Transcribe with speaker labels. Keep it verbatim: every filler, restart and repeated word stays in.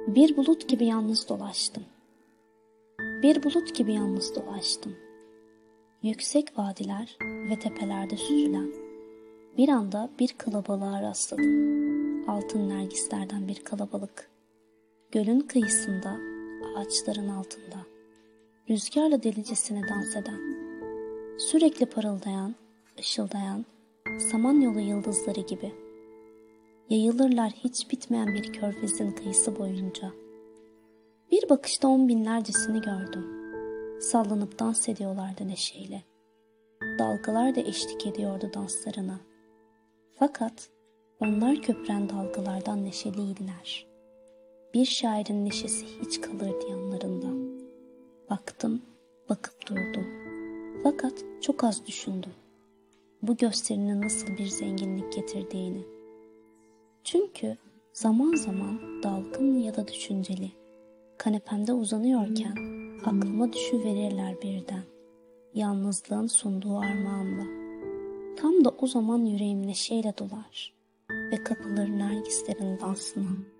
Speaker 1: Bir bulut gibi yalnız dolaştım. Bir bulut gibi yalnız dolaştım. Yüksek vadiler ve tepelerde süzülen. Bir anda bir kalabalığa rastladım. Altın nergislerden bir kalabalık. Gölün kıyısında, ağaçların altında. Rüzgarla delicesine dans eden. Sürekli parıldayan, ışıldayan, samanyolu yıldızları gibi. Yayılırlar hiç bitmeyen bir körfezin kıyısı boyunca. Bir bakışta on binlercesini gördüm. Sallanıp dans ediyorlardı neşeyle. Dalgalar da eşlik ediyordu danslarına. Fakat onlar köpüren dalgalardan neşeliydiler. Bir şairin neşesi hiç kalırdı yanlarında. Baktım, bakıp durdum. Fakat çok az düşündüm. Bu gösterinin nasıl bir zenginlik getirdiğini. Çünkü zaman zaman dalgın ya da düşünceli, kanepemde uzanıyorken aklıma düşüverirler birden, yalnızlığın sunduğu armağanla. Tam da o zaman yüreğim neşeyle dolar ve kapılır nergislerin dansına.